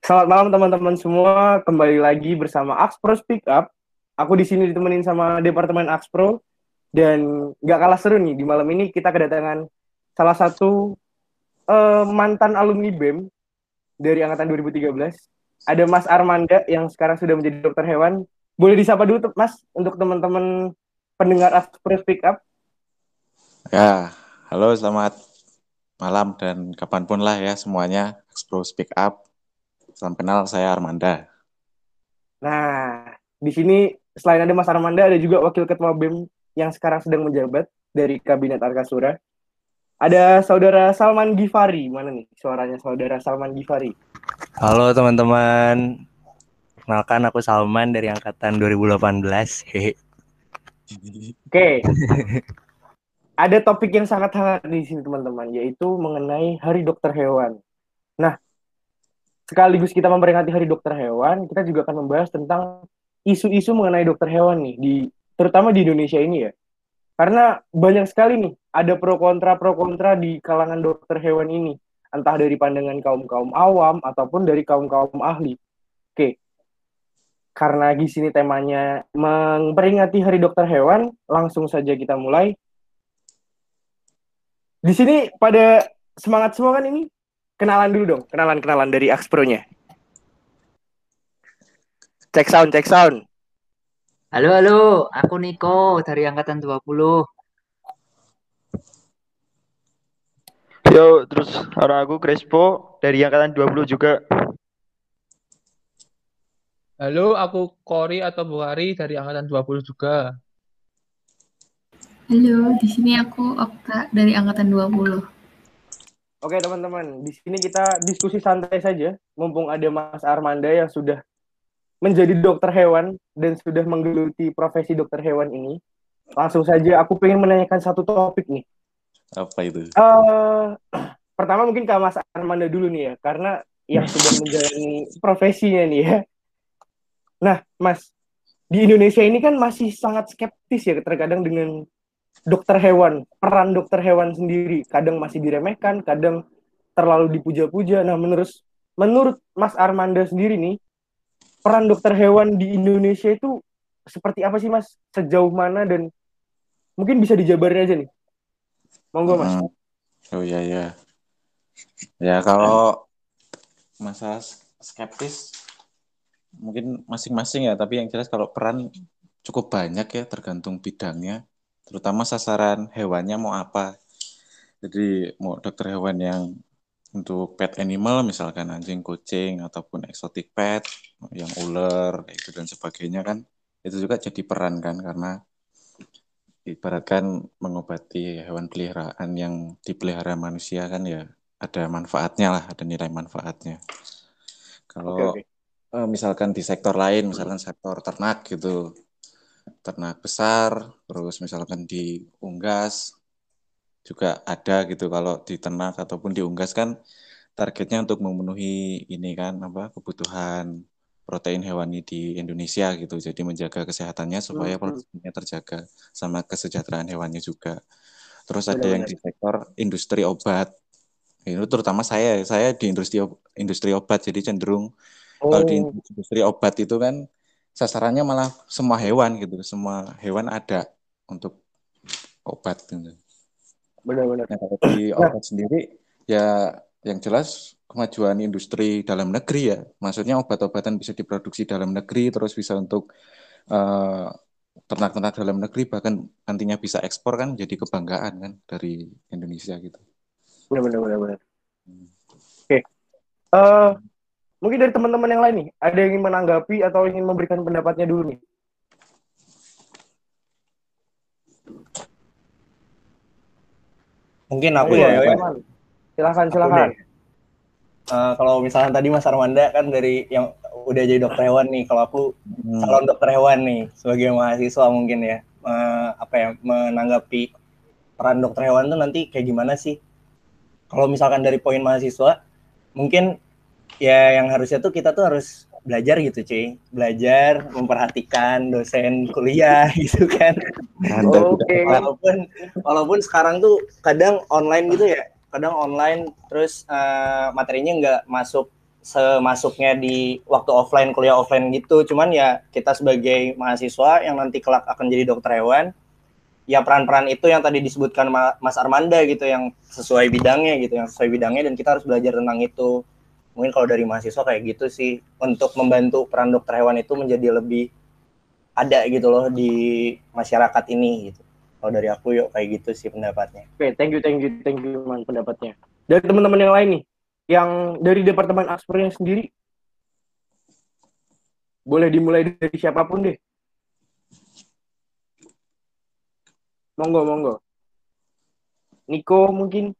Selamat malam teman-teman semua, kembali lagi bersama Axpro Speak Up. Aku di sini ditemenin sama Departemen Axpro dan nggak kalah seru nih di malam ini kita kedatangan salah satu mantan alumni BEM dari angkatan 2013. Ada Mas Armanda yang sekarang sudah menjadi dokter hewan. Boleh disapa dulu Mas untuk teman-teman pendengar Axpro Speak Up. Ya, halo selamat malam dan kapanpun lah ya semuanya. Explore Speak Up. Salam kenal, saya Armanda. Nah, di sini selain ada Mas Armanda, ada juga Wakil Ketua BEM yang sekarang sedang menjabat dari Kabinet Arkasura. Ada Saudara Salman Gifari. Mana nih suaranya Saudara Salman Gifari? Halo teman-teman, kenalkan aku Salman dari angkatan 2018. Hehe. Oke, ada topik yang sangat hangat di sini teman-teman, yaitu mengenai Hari Dokter Hewan. Nah, sekaligus kita memperingati Hari Dokter Hewan, kita juga akan membahas tentang isu-isu mengenai dokter hewan nih, terutama di Indonesia ini ya. Karena banyak sekali nih, ada pro kontra di kalangan dokter hewan ini. Entah dari pandangan kaum-kaum awam, ataupun dari kaum-kaum ahli. Oke, karena di sini temanya memperingati Hari Dokter Hewan, langsung saja kita mulai. Di sini pada semangat semua kan ini? Kenalan dulu dong, kenalan dari Axpro-nya. Cek sound, cek sound. Halo, aku Niko dari angkatan 20. Yo, terus orang aku Crespo dari angkatan 20 juga. Halo, aku Kori atau Buhari dari angkatan 20 juga. Halo, di sini aku Okta dari angkatan 20. Oke teman-teman, di sini kita diskusi santai saja, mumpung ada Mas Armanda yang sudah menjadi dokter hewan dan sudah menggeluti profesi dokter hewan ini. Langsung saja aku pengen menanyakan satu topik nih. Apa itu? Pertama mungkin ke Mas Armanda dulu nih ya, karena yang sudah menjalani profesinya nih ya. Nah, Mas, di Indonesia ini kan masih sangat skeptis ya terkadang dengan dokter hewan, peran dokter hewan sendiri. Kadang masih diremehkan, kadang terlalu dipuja-puja. Nah, menurut Mas Armanda sendiri nih, peran dokter hewan di Indonesia itu seperti apa sih, Mas? Sejauh mana dan mungkin bisa dijabarin aja nih. Monggo, Mas. Oh iya ya. Ya kalau masalah skeptis mungkin masing-masing ya, tapi yang jelas kalau peran cukup banyak ya, tergantung bidangnya, terutama sasaran hewannya mau apa. Jadi mau dokter hewan yang untuk pet animal misalkan anjing, kucing ataupun exotic pet yang ular itu dan sebagainya kan, itu juga jadi peran kan, karena ibaratkan mengobati hewan peliharaan yang dipelihara manusia kan ya ada manfaatnya lah, ada nilai manfaatnya. Kalau misalkan di sektor lain, misalkan sektor ternak gitu, ternak besar, terus misalkan di unggas juga ada gitu. Kalau di ternak ataupun di unggas kan targetnya untuk memenuhi ini kan apa kebutuhan protein hewani di Indonesia gitu. Jadi menjaga kesehatannya supaya produksinya terjaga sama kesejahteraan hewannya juga. Terus ada yang di sektor industri obat. Itu terutama saya di industri obat, jadi cenderung kalau di industri obat itu kan sasarannya malah semua hewan gitu. Semua hewan ada untuk obat gitu. Benar-benar. Nah, kalau di obat sendiri ya yang jelas kemajuan industri dalam negeri ya. Maksudnya obat-obatan bisa diproduksi dalam negeri, terus bisa untuk ternak-ternak dalam negeri, bahkan nantinya bisa ekspor kan, jadi kebanggaan kan dari Indonesia gitu. Benar. Oke. Mungkin dari teman-teman yang lain nih, ada yang ingin menanggapi atau ingin memberikan pendapatnya dulu nih? Mungkin aku ya. Silakan. Kalau misalnya tadi Mas Armanda kan dari yang udah jadi dokter hewan nih, kalau aku calon dokter hewan nih sebagai mahasiswa mungkin ya, menanggapi peran dokter hewan tuh nanti kayak gimana sih? Kalau misalkan dari poin mahasiswa, mungkin ya yang harusnya tuh kita tuh harus belajar gitu cuy, belajar memperhatikan dosen kuliah gitu kan. Oke. Walaupun sekarang tuh kadang online gitu ya, kadang online terus materinya nggak masuk semasuknya di waktu offline, kuliah offline gitu. Cuman ya kita sebagai mahasiswa yang nanti kelak akan jadi dokter hewan, ya peran-peran itu yang tadi disebutkan Mas Armanda gitu, yang sesuai bidangnya gitu, yang sesuai bidangnya, dan kita harus belajar tentang itu. Mungkin kalau dari mahasiswa kayak gitu sih, untuk membantu peran dokter hewan itu menjadi lebih ada gitu loh di masyarakat ini gitu. Kalau dari aku yuk kayak gitu sih pendapatnya. Oke, thank you man pendapatnya. Dari teman-teman yang lain nih, yang dari Departemen Aspernya sendiri, boleh dimulai dari siapapun deh. Monggo. Niko mungkin.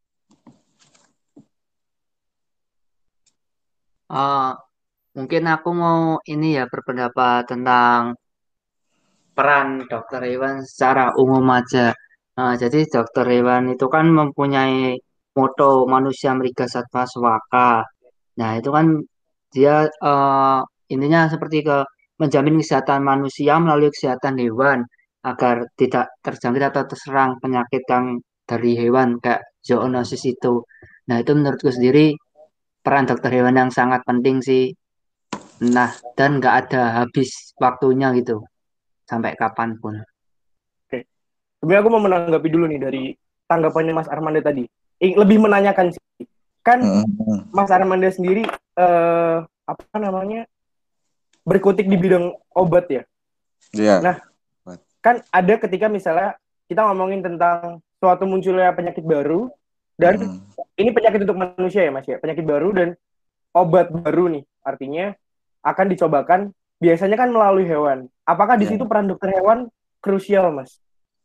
Mungkin aku mau ini ya berpendapat tentang peran dokter hewan secara umum aja. Jadi dokter hewan itu kan mempunyai moto manusia meriga satwa suaka. Nah, itu kan dia intinya seperti menjamin kesehatan manusia melalui kesehatan hewan agar tidak terjangkit atau terserang penyakit yang dari hewan kayak zoonosis itu. Nah, itu menurutku sendiri peran dokter hewan yang sangat penting sih. Nah, dan nggak ada habis waktunya gitu sampai kapanpun. Oke. Sebenarnya aku mau menanggapi dulu nih dari tanggapannya Mas Armanda tadi. Lebih menanyakan sih. Kan Mas Armanda sendiri apa namanya? Berkutik di bidang obat ya. Iya. Nah, kan ada ketika misalnya kita ngomongin tentang suatu munculnya penyakit baru dan ini penyakit untuk manusia ya Mas ya, penyakit baru dan obat baru nih, artinya akan dicobakan biasanya kan melalui hewan. Apakah di situ peran dokter hewan krusial Mas?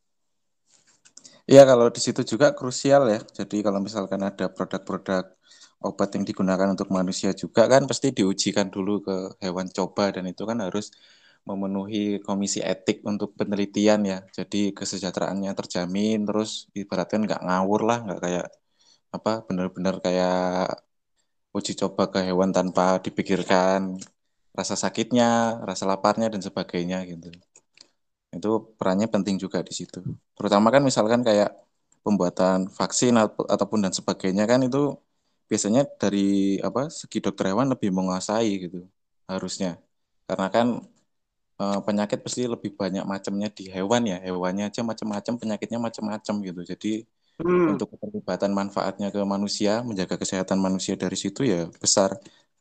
Iya, kalau di situ juga krusial ya. Jadi kalau misalkan ada produk-produk obat yang digunakan untuk manusia juga kan pasti diujikan dulu ke hewan coba, dan itu kan harus memenuhi komisi etik untuk penelitian ya. Jadi kesejahteraannya terjamin, terus ibaratkan nggak ngawur lah, nggak kayak apa benar-benar kayak uji coba ke hewan tanpa dipikirkan rasa sakitnya, rasa laparnya dan sebagainya gitu. Itu perannya penting juga di situ. Terutama kan misalkan kayak pembuatan vaksin ataupun dan sebagainya kan itu biasanya dari segi dokter hewan lebih menguasai gitu harusnya. Karena kan penyakit pasti lebih banyak macamnya di hewan ya. Hewannya aja macam-macam, penyakitnya macam-macam gitu. Jadi untuk keterlibatan manfaatnya ke manusia, menjaga kesehatan manusia dari situ ya besar.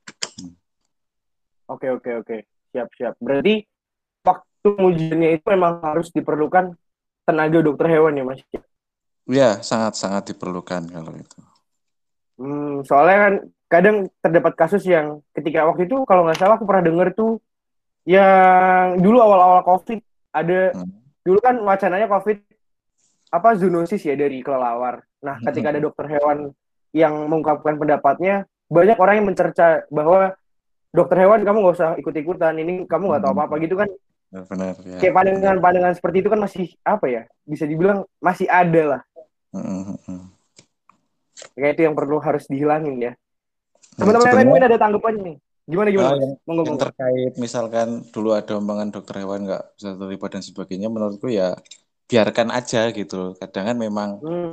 Oke. Siap. Berarti waktu ujiannya itu memang harus diperlukan tenaga dokter hewan ya Mas? Ya, sangat-sangat diperlukan kalau itu. Soalnya kan kadang terdapat kasus yang ketika waktu itu kalau nggak salah aku pernah dengar tuh yang dulu awal-awal COVID ada dulu kan wacananya COVID zoonosis ya dari kelelawar. Nah, ketika ada dokter hewan yang mengungkapkan pendapatnya, banyak orang yang mencerca bahwa dokter hewan kamu nggak usah ikut-ikutan, ini kamu nggak tahu apa-apa gitu kan. Benar, ya. Kayak pandangan-pandangan seperti itu kan masih bisa dibilang masih ada lah. Kayak itu yang harus dihilangin ya. Teman-teman lain mungkin ada tanggapannya nih. Gimana? Yang terkait misalkan dulu ada omongan dokter hewan nggak bisa terlibat dan sebagainya, menurutku ya biarkan aja gitu. Kadang kan memang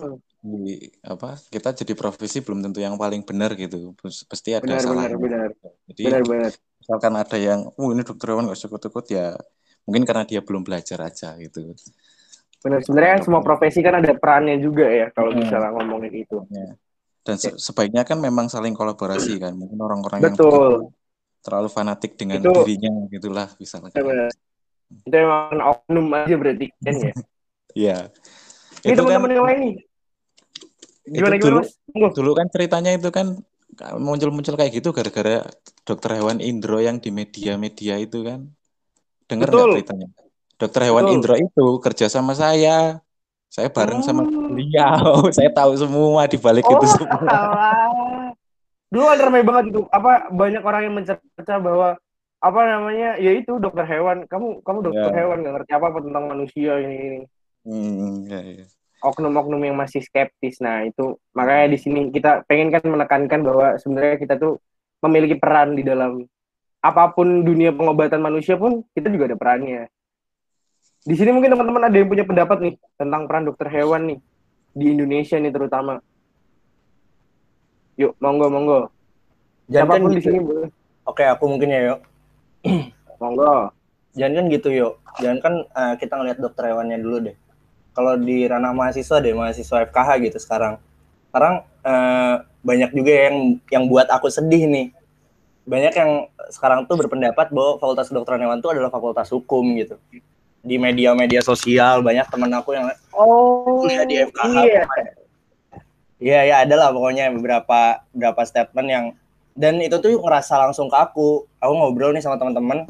kita jadi profesi belum tentu yang paling benar gitu. Pasti ada salahnya. Benar. Jadi misalkan ada yang ini dokter hewan nggak ikut-ikut ya mungkin karena dia belum belajar aja gitu. Benar, sebenarnya semua profesi kan ada perannya juga ya kalau misalnya ngomongin itu. Dan sebaiknya kan memang saling kolaborasi kan. Mungkin orang-orang yang terlalu fanatik dengan dirinya gitulah misalnya. Itu emang oknum aja berarti kan ya. Iya. Ini teman-teman yang lain nih. Gimana Mas? Dulu kan ceritanya itu kan muncul kayak gitu gara-gara dokter hewan Indro yang di media-media itu kan. Dengar nggak ceritanya? Dokter hewan Indro itu kerja sama saya. Saya bareng sama beliau. Saya tahu semua di balik itu semua. Dulu kan ramai banget itu. Banyak orang yang mencerca bahwa ya itu dokter hewan. Kamu dokter hewan nggak ngerti apa tentang manusia ini. Ya. Oknum-oknum yang masih skeptis. Nah, itu makanya di sini kita pengen kan menekankan bahwa sebenarnya kita tuh memiliki peran di dalam apapun dunia pengobatan manusia pun kita juga ada perannya. Di sini mungkin teman-teman ada yang punya pendapat nih tentang peran dokter hewan nih di Indonesia nih terutama. Yuk, monggo. Jangan kan Siapapun di gitu. sini boleh. Oke, aku mungkin ya, yuk. Monggo. Jangan kan gitu, yuk. Jangan kan kita ngeliat dokter hewannya dulu deh. Kalau di ranah mahasiswa deh, mahasiswa FKH gitu sekarang. Sekarang banyak juga yang buat aku sedih nih. Banyak yang sekarang tuh berpendapat bahwa Fakultas Kedokteran Hewan itu adalah fakultas hukum gitu. Di media-media sosial banyak teman aku yang kuliah di FKH. Iya. Iya, ya ada lah pokoknya beberapa statement yang, dan itu tuh ngerasa langsung ke aku. Aku ngobrol nih sama teman-teman.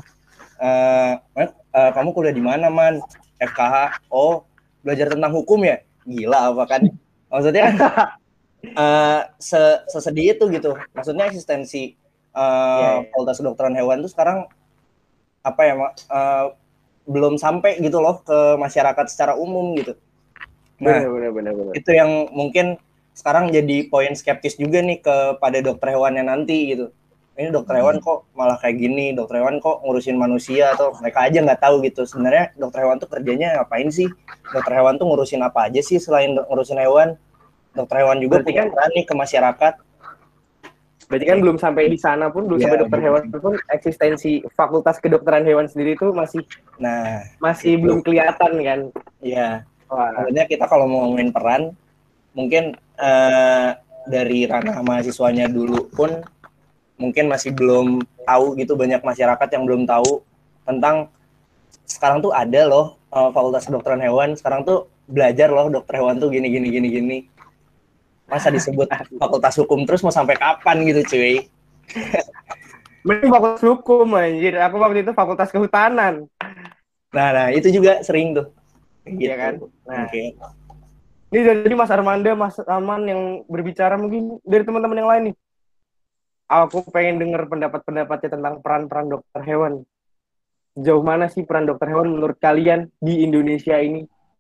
Kamu kuliah di mana, Man? FKH. Oh, belajar tentang hukum ya? Gila apa kan? Maksudnya kan sesedih itu gitu. Maksudnya eksistensi Fakultas Kedokteran Hewan itu sekarang apa ya, belum sampai gitu loh ke masyarakat secara umum gitu. Nah, Benar. itu yang mungkin sekarang jadi poin skeptis juga nih kepada dokter hewannya nanti gitu. Ini dokter hewan kok malah kayak gini, dokter hewan kok ngurusin manusia, atau mereka aja nggak tahu gitu. Sebenarnya dokter hewan tuh kerjanya ngapain sih? Dokter hewan tuh ngurusin apa aja sih selain ngurusin hewan? Dokter hewan juga punya peran nih ke masyarakat. Berarti kan belum sampai di sana pun, belum sampai dokter hewan pun, eksistensi Fakultas Kedokteran Hewan sendiri itu masih belum kelihatan kan? Iya. Maksudnya kita kalau mau ngomongin peran, mungkin dari ranah mahasiswanya dulu pun mungkin masih belum tahu gitu, banyak masyarakat yang belum tahu tentang sekarang tuh ada loh Fakultas Kedokteran Hewan, sekarang tuh belajar loh dokter hewan tuh gini. Masa disebut fakultas hukum terus mau sampai kapan gitu cuy? Mending fakultas hukum anjir. Aku waktu itu fakultas kehutanan. Nah itu juga sering tuh. Gitu. Iya kan? Nah. Okay. Ini jadi Mas Armanda, Mas Aman yang berbicara, mungkin dari teman-teman yang lain nih. Aku pengen dengar pendapat-pendapatnya tentang peran-peran dokter hewan. Sejauh mana sih peran dokter hewan menurut kalian di Indonesia ini?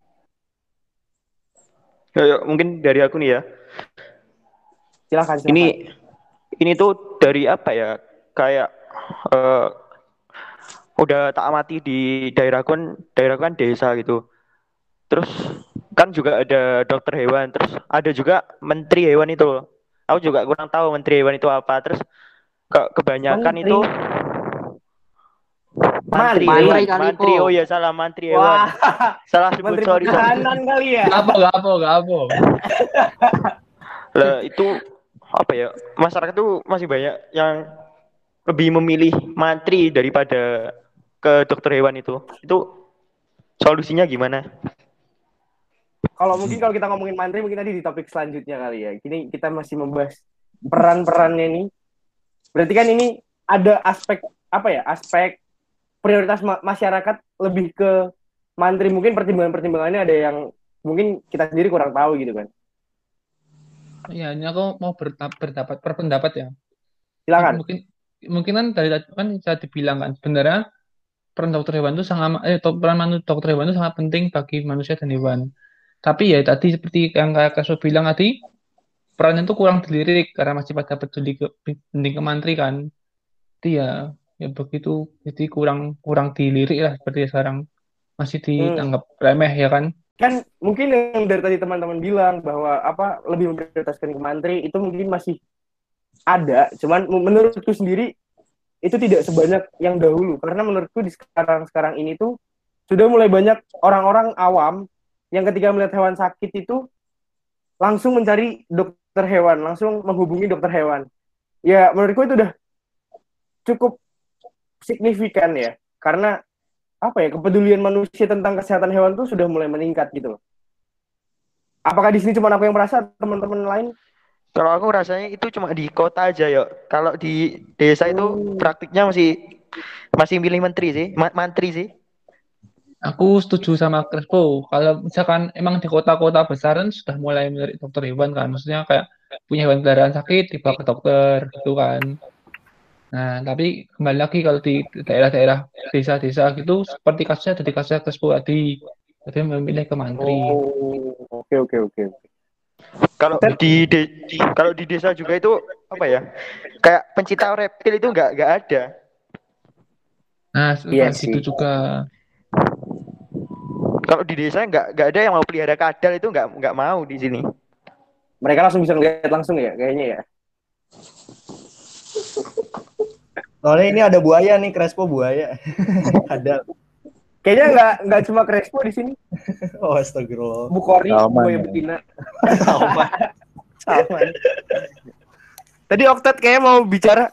Ya, mungkin dari aku nih ya. Silakan. Ini tuh dari apa ya? Kayak udah tak amati di daerah kan desa gitu. Terus kan juga ada dokter hewan, terus ada juga menteri hewan itu loh. Aku juga kurang tahu menteri hewan itu apa. Terus kebanyakan menteri. itu mantri. Oh ya, salah, mantri hewan. Salah sebut, sorry. Pertahanan kali ya. Gak apa. Lah itu apa ya? Masyarakat tuh masih banyak yang lebih memilih mantri daripada ke dokter hewan itu. Itu solusinya gimana? Kalau kita ngomongin mantri, mungkin tadi di topik selanjutnya kali ya. Kini kita masih membahas peran-perannya ini. Berarti kan ini ada aspek aspek prioritas masyarakat lebih ke mantri. Mungkin pertimbangannya ada yang mungkin kita sendiri kurang tahu gitu kan. Ya, ini aku mau berpendapat ya. Silakan. Mungkin kan dari tadi kan saya dibilang kan sebenarnya peran dokter hewan itu dokter hewan itu sangat penting bagi manusia dan hewan. Tapi ya tadi seperti yang Kak Kasut bilang tadi, perannya itu kurang dilirik karena masih pada peduli ke mantri kan. Jadi ya begitu, jadi kurang dilirik lah seperti sekarang, masih dianggap remeh ya kan. Kan mungkin yang dari tadi teman-teman bilang bahwa lebih memprioritaskan ke mantri itu mungkin masih ada, cuman menurutku sendiri itu tidak sebanyak yang dahulu, karena menurutku di sekarang ini tuh sudah mulai banyak orang-orang awam yang ketika melihat hewan sakit itu langsung mencari dokter hewan, langsung menghubungi dokter hewan. Ya menurutku itu udah cukup signifikan ya, karena kepedulian manusia tentang kesehatan hewan tuh sudah mulai meningkat gitu loh. Apakah di sini cuma aku yang merasa, teman-teman lain? Kalau aku rasanya itu cuma di kota aja ya. Kalau di desa itu praktiknya masih milih mantri sih. Aku setuju sama Crespo. Kalau misalkan emang di kota-kota besar kan sudah mulai mencari dokter hewan kan. Maksudnya kayak punya hewan peliharaan sakit dibawa ke dokter gitu kan. Nah, tapi kembali lagi kalau di daerah-daerah desa-desa gitu, seperti kasusnya Crespo tadi, tapi memilih ke mantri. Oke. Kalau di desa juga itu apa ya? Kayak pencinta reptil itu nggak ada. Nah, gitu juga. Kalau di desa nggak ada yang mau pelihara kadal, itu nggak mau di sini. Mereka langsung bisa ngeliat langsung ya, kayaknya ya. Soalnya ini ada buaya nih, Crespo buaya. Ada. Kayaknya nggak cuma Crespo di sini. Oh, astagfirullah. Bu Kori, Salman, buaya ya. betina. Sama. Sama. Tadi Oktat kayaknya mau bicara.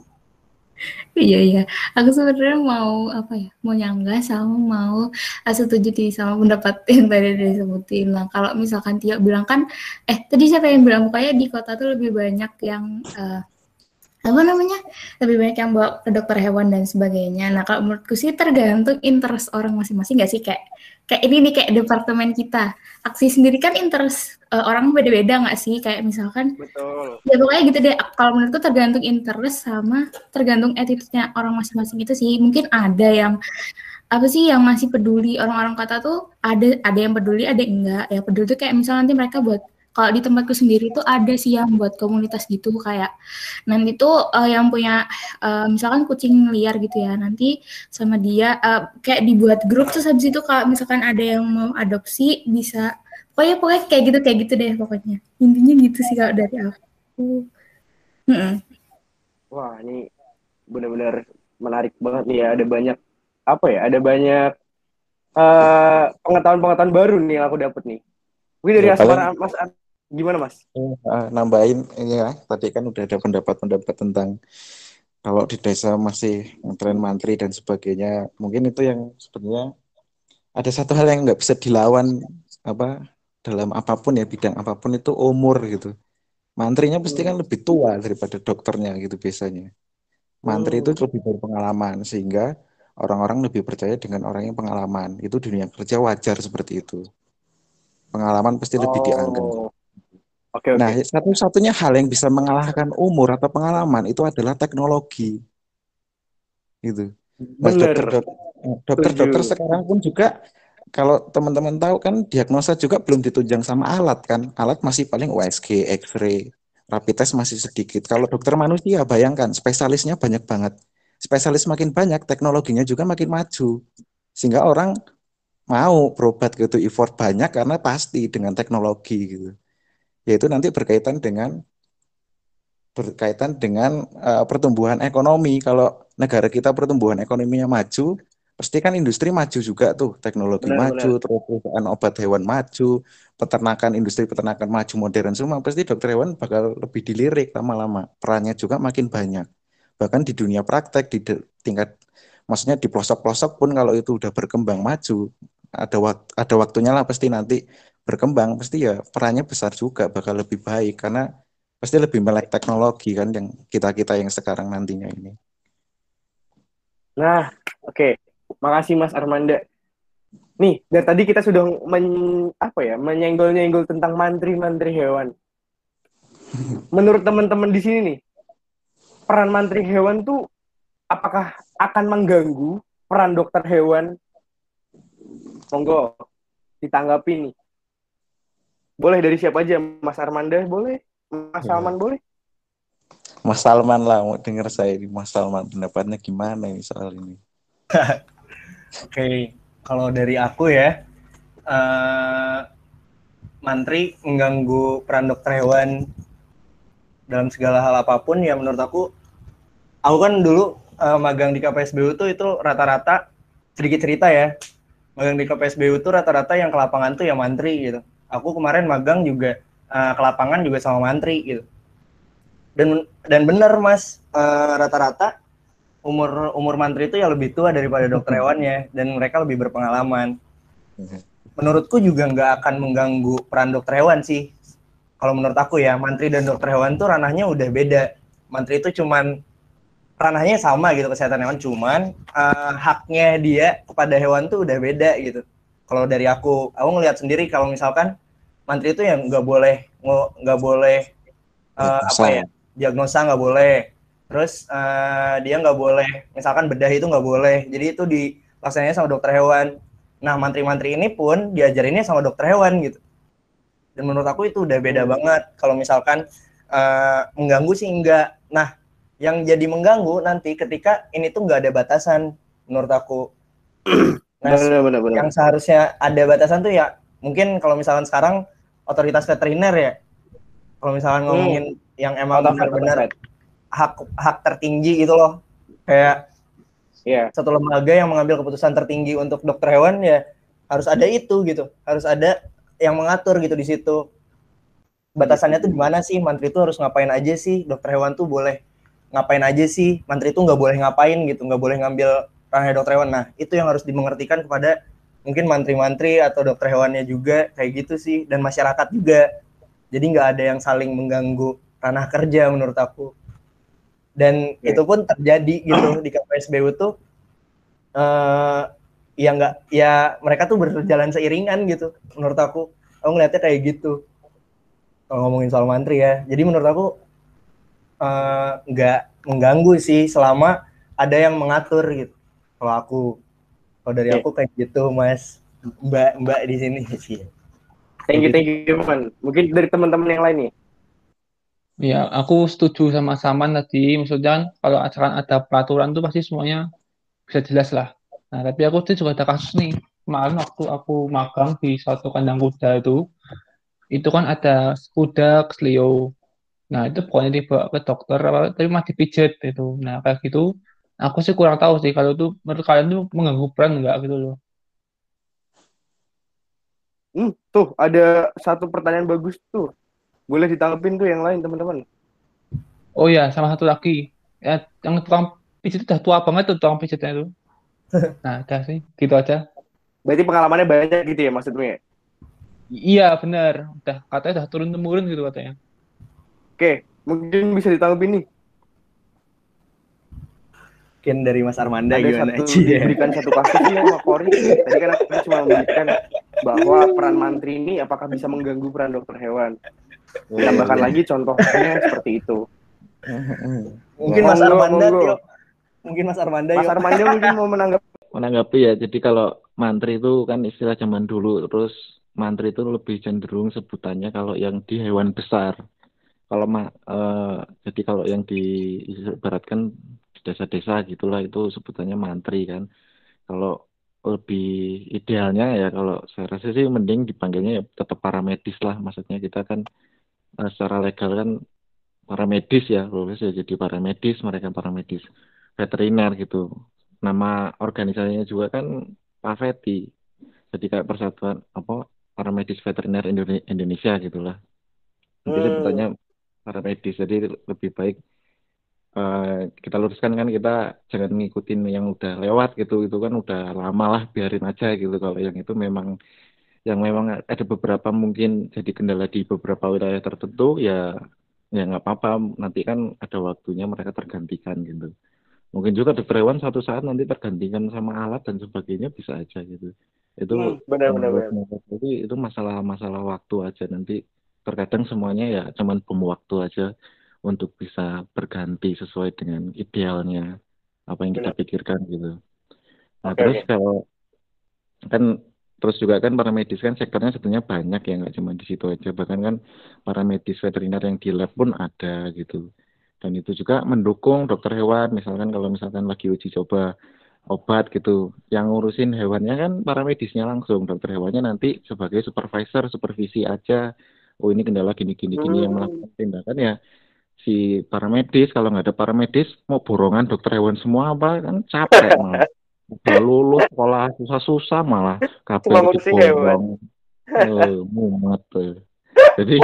Iya. Aku sebenarnya mau apa ya? Mau nyanggah sama mau setuju sama pendapat yang tadi disebutin. Nah, kalau misalkan Tio bilang kan, tadi siapa yang bilang pokoknya di kota tuh lebih banyak yang apa namanya? Lebih banyak yang bawa ke dokter hewan dan sebagainya. Nah, kalau menurutku sih tergantung interest orang masing-masing nggak sih? Kayak ini nih kayak departemen kita. Aksi sendiri kan interest orang beda-beda nggak sih? Kayak misalkan Betul. ya pokoknya gitu deh. Kalau menurutku tergantung interest sama tergantung attitude-nya orang masing-masing itu sih. Mungkin ada yang apa sih yang masih peduli, orang-orang kata tuh ada yang peduli, ada yang enggak. Ya peduli tuh kayak misalnya nanti mereka buat, kalau di tempatku sendiri tuh ada sih yang buat komunitas gitu, kayak nanti tuh yang punya misalkan kucing liar gitu ya, nanti sama dia kayak dibuat grup, terus habis itu kalau misalkan ada yang mau adopsi bisa, pokoknya kayak gitu deh pokoknya. Intinya gitu sih kalau dari aku. Wah, ini benar-benar menarik banget nih ya. Ada banyak apa ya? Ada banyak pengetahuan-pengetahuan baru nih yang aku dapat nih. Mungkin dari Ya, Asmara, paling Mas, gimana Mas? nambahin ya, tadi kan udah ada pendapat-pendapat tentang kalau di desa masih ngetren mantri dan sebagainya. Mungkin itu yang sebenarnya ada satu hal yang nggak bisa dilawan apa dalam apapun ya, bidang apapun itu umur gitu. Mantrinya pasti kan lebih tua daripada dokternya gitu biasanya. Mantri itu lebih berpengalaman sehingga orang-orang lebih percaya dengan orang yang pengalaman. Itu dunia kerja wajar seperti itu. Pengalaman pasti lebih dianggap. Oh, oke. Nah, satu-satunya hal yang bisa mengalahkan umur atau pengalaman itu adalah teknologi. Gitu. Nah, Bener. dokter-dokter Setuju. sekarang pun juga kalau teman-teman tahu kan diagnosa juga belum ditunjang sama alat kan. Alat masih paling USG, X-ray, rapid test masih sedikit. Kalau dokter manusia bayangkan spesialisnya banyak banget. Spesialis makin banyak, teknologinya juga makin maju. Sehingga orang mau berobat gitu, effort banyak karena pasti dengan teknologi gitu. Yaitu nanti berkaitan dengan pertumbuhan ekonomi. Kalau negara kita pertumbuhan ekonominya maju, pasti kan industri maju juga tuh, teknologi maju, Benar. terus perusahaan obat hewan maju, peternakan, industri peternakan maju modern semua, pasti dokter hewan bakal lebih dilirik lama-lama. Perannya juga makin banyak. Bahkan di dunia praktek, di tingkat, maksudnya di pelosok-pelosok pun kalau itu udah berkembang maju, ada waktunya lah pasti nanti berkembang, pasti ya perannya besar juga, bakal lebih baik, karena pasti lebih melek teknologi kan yang kita-kita yang sekarang nantinya ini. Nah, oke. Makasih Mas Armanda. Nih, dari tadi kita sudah menyenggol-nyenggol tentang mantri-mantri hewan. Menurut teman-teman di sini nih, peran mantri hewan tuh apakah akan mengganggu peran dokter hewan? Monggo ditanggapi nih. Boleh dari siapa aja? Mas Armanda boleh? Mas Salman boleh? Mas Salman lah, mau denger saya di Mas Salman pendapatnya gimana ini soal ini. Oke, kalau dari aku ya, mantri mengganggu peran dokter hewan dalam segala hal apapun ya. Menurut aku kan dulu magang di KPSBU tuh itu rata-rata, sedikit cerita ya, magang di KPSBU tuh rata-rata yang ke lapangan tuh ya mantri gitu. Aku kemarin magang juga ke lapangan juga sama mantri gitu. Dan benar Mas, rata-rata umur mantri itu ya lebih tua daripada dokter hewannya, dan mereka lebih berpengalaman. Menurutku juga nggak akan mengganggu peran dokter hewan sih. Kalau menurut aku ya, mantri dan dokter hewan tuh ranahnya udah beda. Mantri itu cuman ranahnya sama gitu, kesehatan hewan, cuman haknya dia kepada hewan tuh udah beda gitu. Kalau dari aku ngelihat sendiri kalau misalkan mantri itu yang nggak boleh diagnosa nggak boleh. Terus dia nggak boleh, misalkan bedah itu nggak boleh. Jadi itu dilaksananya sama dokter hewan. Nah, mantri-mantri ini pun diajarinnya sama dokter hewan gitu. Dan menurut aku itu udah beda banget. Kalau misalkan mengganggu sih enggak. Nah, yang jadi mengganggu nanti ketika ini tuh nggak ada batasan menurut aku. Nah, Benar. yang seharusnya ada batasan tuh ya mungkin kalau misalkan sekarang otoritas veteriner ya. Kalau misalkan ngomongin yang emang benar-benar hak tertinggi gitu loh. Kayak Iya. satu lembaga yang mengambil keputusan tertinggi untuk dokter hewan ya harus ada itu gitu, harus ada yang mengatur gitu di situ. Batasannya tuh gimana sih, mantri itu harus ngapain aja sih, dokter hewan tuh boleh ngapain aja sih, mantri itu nggak boleh ngapain gitu, nggak boleh ngambil ranah dokter hewan. Nah itu yang harus dimengertikan kepada mungkin mantri-mantri atau dokter hewannya juga kayak gitu sih, dan masyarakat juga. Jadi nggak ada yang saling mengganggu ranah kerja menurut aku. Dan itu pun terjadi gitu di KPSBU tuh ya nggak, ya mereka tuh berjalan seiringan gitu menurut aku ngeliatnya kayak gitu kalau ngomongin soal mantri ya. Jadi menurut aku nggak mengganggu sih selama ada yang mengatur gitu. Kalau dari aku kayak gitu Mas, Mbak di sini sih. Thank you man. Mungkin dari teman-teman yang lain nih. Ya, aku setuju sama Saman tadi. Maksudnya kan kalau asalkan ada peraturan tuh pasti semuanya bisa jelas lah. Nah, tapi aku tuh juga ada kasus nih. Kemarin waktu aku magang di suatu kandang kuda itu kan ada kuda kesleo. Nah, itu pokoknya dibawa ke dokter, tapi mah dipijat itu. Nah, kayak gitu, aku sih kurang tahu sih kalau itu menurut kalian tuh mengganggu peran nggak gitu loh. Tuh ada satu pertanyaan bagus tuh. Boleh ditanggepin tuh yang lain teman-teman. Oh ya, sama satu lagi. Ya, yang tukang pijat itu udah tua banget tuh tukang pijatnya itu. Nah, udah sih, gitu aja. Berarti pengalamannya banyak gitu ya maksudnya? Iya, benar. Katanya udah turun-temurun gitu katanya. Oke, mungkin bisa ditanggepin nih. Mungkin dari Mas Armanda Ada gimana satu Ci? diberikan satu kasus nih sama Kori. Tadi kan aku cuma memberikan bahwa peran mantri ini apakah bisa mengganggu peran dokter hewan. Tambahkan lagi contohnya seperti itu. Mungkin Mas Armanda, Tio. Mungkin Mas Armanda, Mas Armanda mungkin mau menanggapi ya. Jadi kalau mantri itu kan istilah zaman dulu, terus mantri itu lebih cenderung sebutannya kalau yang di hewan besar. Kalau jadi kalau yang diibaratkan di desa-desa gitulah itu sebutannya mantri kan. Kalau lebih idealnya ya kalau saya rasa sih mending dipanggilnya ya tetap paramedis lah. Maksudnya kita kan secara legal kan paramedis ya, lulus ya jadi paramedis, mereka paramedis veteriner gitu. Nama organisasinya juga kan PAVETI. Jadi kayak persatuan apa paramedis veteriner Indonesia gitulah. Nanti sebutannya paramedis. Jadi lebih baik kita luruskan kan, kita jangan ngikutin yang udah lewat gitu. Itu kan udah lama lah, biarin aja gitu. Kalau yang itu memang ada beberapa mungkin jadi kendala di beberapa wilayah tertentu ya nggak apa-apa, nanti kan ada waktunya mereka tergantikan gitu. Mungkin juga dokter hewan suatu saat nanti tergantikan sama alat dan sebagainya, bisa aja gitu. Itu benar. jadi itu masalah waktu aja, nanti terkadang semuanya ya cuman bom waktu aja untuk bisa berganti sesuai dengan idealnya apa yang kita pikirkan gitu. Nah, terus kalau kan terus juga kan paramedis kan sektornya sebenarnya banyak ya, nggak cuma di situ aja, bahkan kan paramedis veteriner yang di lab pun ada gitu, dan itu juga mendukung dokter hewan. Misalkan kalau misalkan lagi uji coba obat gitu, yang ngurusin hewannya kan paramedisnya langsung, dokter hewannya nanti sebagai supervisi aja. Oh ini kendala gini yang melakukan tindakan ya si paramedis. Kalau nggak ada paramedis mau borongan dokter hewan semua apa, kan capek malah. Udah lulus sekolah susah-susah malah kabel diborong, mumet. Jadi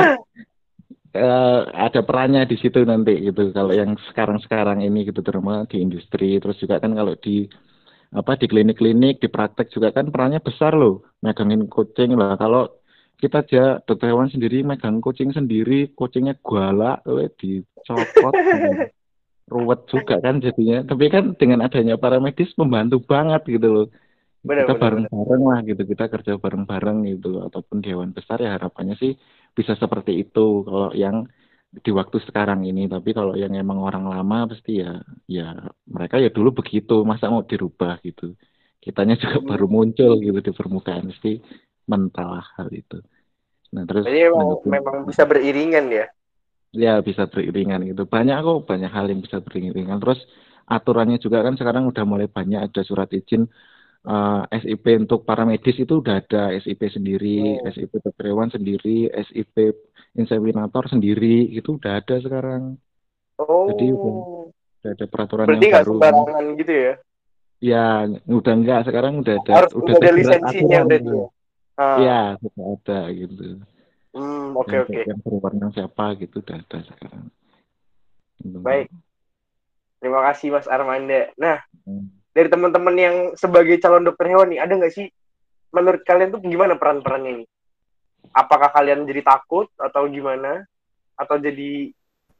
ada perannya di situ nanti gitu. Kalau yang sekarang ini gitu, terutama di industri, terus juga kan kalau di di klinik-klinik, di praktek juga kan perannya besar loh. Megangin kucing lah. Kalau kita aja dokter hewan sendiri megang kucing sendiri, kucingnya galak, dicopot. Ruwet juga kan jadinya. Tapi kan dengan adanya paramedis membantu banget gitu loh. Kita bareng-bareng lah gitu, kita kerja bareng-bareng gitu loh. Ataupun di hewan besar ya harapannya sih bisa seperti itu kalau yang di waktu sekarang ini. Tapi kalau yang emang orang lama pasti ya mereka ya dulu begitu, masa mau dirubah gitu. Kitanya juga baru muncul gitu di permukaan, pasti mentah hal itu. Nah terus memang bisa beriringan ya. Ya bisa beriringan gitu. Banyak hal yang bisa beriringan. Terus aturannya juga kan sekarang udah mulai banyak, ada surat izin SIP untuk paramedis itu udah ada, SIP sendiri, SIP dokter hewan sendiri, SIP inseminator sendiri, itu udah ada sekarang. Jadi Udah ada peraturan Berarti yang nggak baru. sembarangan gitu ya? Ya, udah enggak. Sekarang udah Harus udah ada terjerat lisensinya aturan berarti gitu. ya? Ah, Iya, sudah ada gitu. oke Yang oke. yang berwarna siapa gitu udah ada sekarang. Gitu. Baik, terima kasih Mas Armanda. Nah, Hmm. dari teman-teman yang sebagai calon dokter hewan nih, ada nggak sih menurut kalian tuh gimana peran-perannya ini? Apakah kalian jadi takut atau gimana? Atau jadi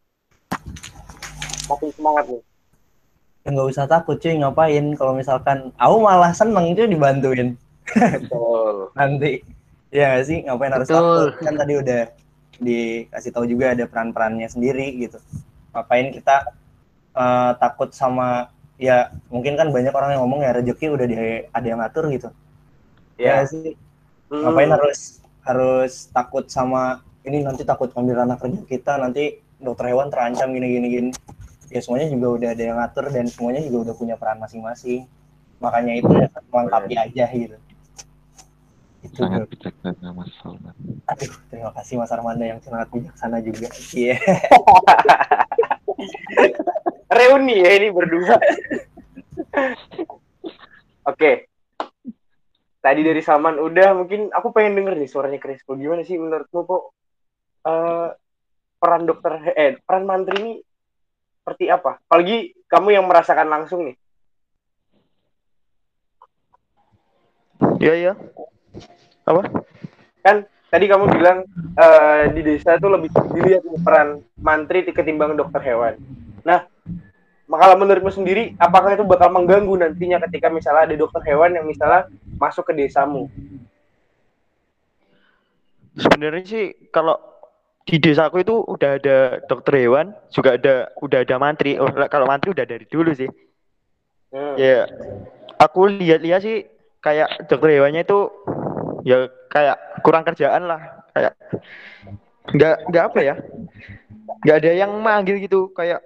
makin semangat nih? Ya nggak usah takut cuy, ngapain kalau misalkan aku malah seneng cuy dibantuin Betul. nanti. Ya nggak sih, ngapain harus Betul. takut, kan tadi udah dikasih tahu juga ada peran-perannya sendiri gitu. Ngapain kita takut sama, ya mungkin kan banyak orang yang ngomong ya rezeki udah ada yang ngatur gitu. Ya Ya. nggak sih, ngapain harus takut sama ini, nanti takut ngambil anak kerja kita, nanti dokter hewan terancam gini. Ya semuanya juga udah ada yang ngatur dan semuanya juga udah punya peran masing-masing. Makanya itu ya melengkapi aja gitu. Itu Sangat bro. bijaksana Mas Salman. Aduh, terima kasih Mas Armanda yang sangat bijaksana juga. Iya. Reuni ya ini berdua. Oke. Tadi dari Salman udah, mungkin aku pengen denger nih suaranya Crespo. Gimana sih menurutmu kok peran peran mantri ini seperti apa? Apalagi kamu yang merasakan langsung nih. Iya. Apa? Kan tadi kamu bilang di desa itu lebih dilihat peran mantri ketimbang dokter hewan. Nah, kalau menurutmu sendiri, apakah itu bakal mengganggu nantinya ketika misalnya ada dokter hewan yang misalnya masuk ke desamu? Sebenarnya sih kalau di desaku itu udah ada dokter hewan, juga udah ada mantri. Oh, kalau mantri udah dari dulu sih. Ya, aku lihat-lihat sih kayak dokter hewannya itu ya kayak kurang kerjaan lah, kayak nggak apa ya, nggak ada yang manggil gitu, kayak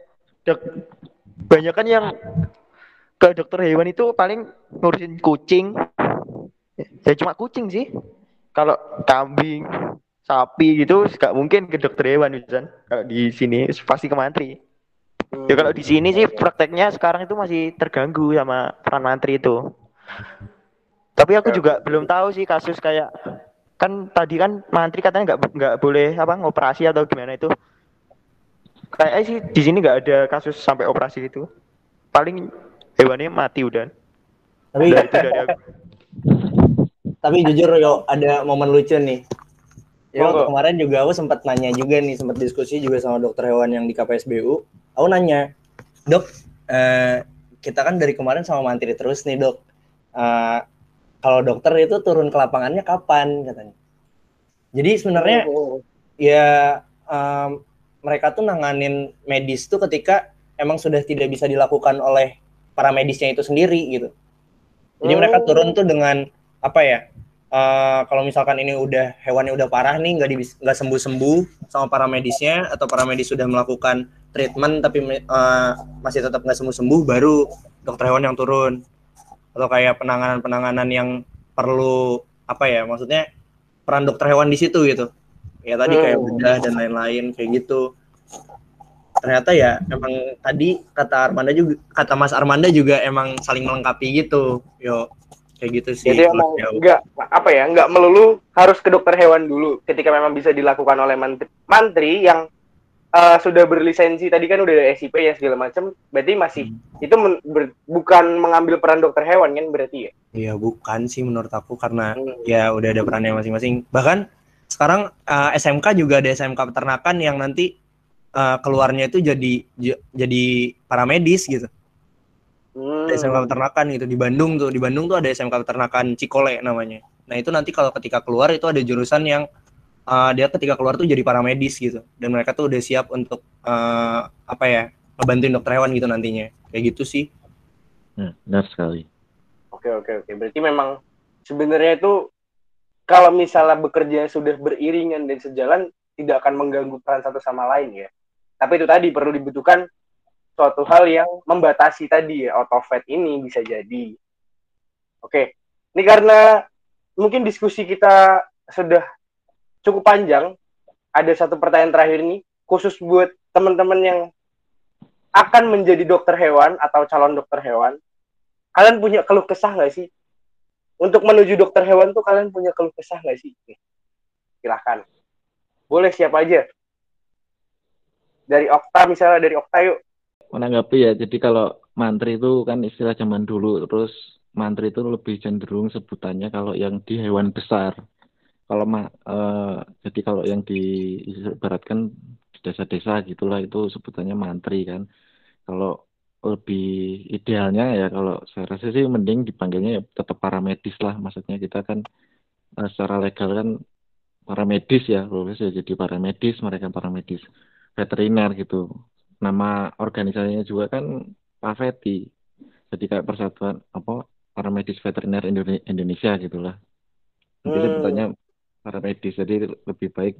banyak kan yang ke dokter hewan itu paling ngurusin kucing, ya cuma kucing sih. Kalau kambing, sapi gitu nggak mungkin ke dokter hewan Wisan. Kalau di sini pasti ke mantri. Ya kalau di sini sih prakteknya sekarang itu masih terganggu sama peran mantri itu. Tapi aku juga belum tahu sih kasus kayak, kan tadi kan mantri katanya nggak boleh apa ngoperasi atau gimana itu. Kayaknya sih di sini nggak ada kasus sampai operasi itu. Paling hewannya mati udah. Tapi Udah itu dari aku. tapi jujur yo, ada momen lucu nih. Ya waktu Monggo. kemarin juga aku sempat nanya juga nih, sempat diskusi juga sama dokter hewan yang di KPSBU. Aku nanya, dok, kita kan dari kemarin sama mantri terus nih dok. Kalau dokter itu turun ke lapangannya kapan katanya? Jadi sebenarnya ya mereka tuh nanganin medis tuh ketika emang sudah tidak bisa dilakukan oleh para medisnya itu sendiri gitu. Jadi mereka turun tuh dengan apa ya? Kalau misalkan ini udah hewannya udah parah nih, nggak sembuh-sembuh sama para medisnya, atau para medis sudah melakukan treatment tapi masih tetap nggak sembuh-sembuh, baru dokter hewan yang turun. Atau kayak penanganan yang perlu apa ya? Maksudnya peran dokter hewan di situ gitu. Ya tadi kayak bedah dan lain-lain kayak gitu. Ternyata ya emang tadi kata Mas Armanda juga emang saling melengkapi gitu. Yo, kayak gitu sih. Jadi emang nggak melulu harus ke dokter hewan dulu ketika memang bisa dilakukan oleh mantri yang sudah berlisensi. Tadi kan udah ada SIP ya segala macam, berarti masih itu bukan mengambil peran dokter hewan kan berarti ya? Iya, bukan sih menurut aku, karena ya udah ada perannya masing-masing. Bahkan sekarang SMK juga ada SMK peternakan yang nanti keluarnya itu jadi paramedis gitu. SMK peternakan gitu di Bandung tuh ada SMK peternakan Cikole namanya. Nah itu nanti kalau ketika keluar itu ada jurusan yang dia ketika keluar tuh jadi paramedis gitu, dan mereka tuh udah siap untuk ngebantuin dokter hewan gitu nantinya, kayak gitu sih. Benar sekali. Oke. Berarti memang sebenarnya itu kalau misalnya bekerja sudah beriringan dan sejalan, tidak akan mengganggu peran satu sama lain ya. Tapi itu tadi perlu dibutuhkan suatu hal yang membatasi tadi ya, autovet ini bisa jadi. Oke, ini karena mungkin diskusi kita sudah cukup panjang, ada satu pertanyaan terakhir nih, khusus buat teman-teman yang akan menjadi dokter hewan atau calon dokter hewan, kalian punya keluh kesah nggak sih? Untuk menuju dokter hewan tuh kalian punya keluh kesah nggak sih? Nih, silahkan. Boleh siapa aja? Dari Okta misalnya, dari Okta yuk. Menanggapi ya, jadi kalau mantri itu kan istilah zaman dulu, terus mantri itu lebih cenderung sebutannya kalau yang di hewan besar. Kalau jadi kalau yang diibaratkan di desa-desa gitulah itu sebutannya mantri kan. Kalau lebih idealnya ya kalau saya rasa sih mending dipanggilnya ya tetap paramedis lah. Maksudnya kita kan secara legal kan paramedis ya, lulus ya jadi paramedis, mereka paramedis veteriner gitu. Nama organisasinya juga kan PAVETI. Jadi kayak persatuan apa paramedis veteriner Indonesia gitulah. Jadi sebutannya paramedis. Jadi lebih baik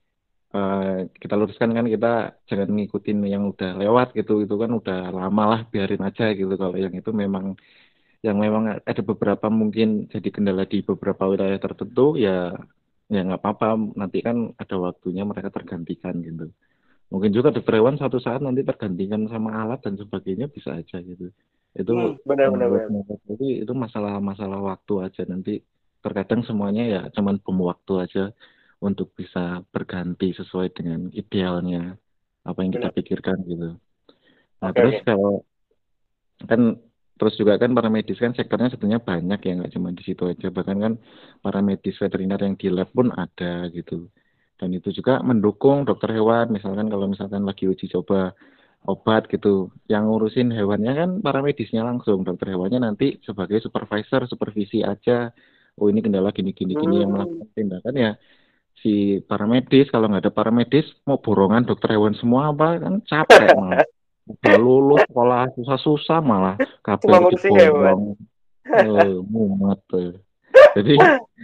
kita luruskan kan kita jangan ngikutin yang udah lewat gitu, itu kan udah lama lah, biarin aja gitu. Kalau yang itu memang ada beberapa mungkin jadi kendala di beberapa wilayah tertentu ya nggak apa-apa, nanti kan ada waktunya mereka tergantikan gitu. Mungkin juga dokter hewan suatu saat nanti tergantikan sama alat dan sebagainya, bisa aja gitu. Itu Benar. jadi itu masalah waktu aja, nanti terkadang semuanya ya cuman bom waktu aja untuk bisa berganti sesuai dengan idealnya apa yang kita pikirkan gitu. Nah, terus kalau kan terus juga kan paramedis kan sektornya sebenarnya banyak ya, nggak cuma di situ aja, bahkan kan paramedis veteriner yang di lab pun ada gitu. Dan itu juga mendukung dokter hewan, misalkan kalau misalkan lagi uji coba obat gitu, yang ngurusin hewannya kan paramedisnya langsung, dokter hewannya nanti sebagai supervisi aja. Oh ini kendala gini yang melakukan tindakan ya si paramedis. Kalau nggak ada paramedis mau borongan dokter hewan semua apa kan capek malah. Udah lulus sekolah susah-susah malah kabel diborong mumet. Jadi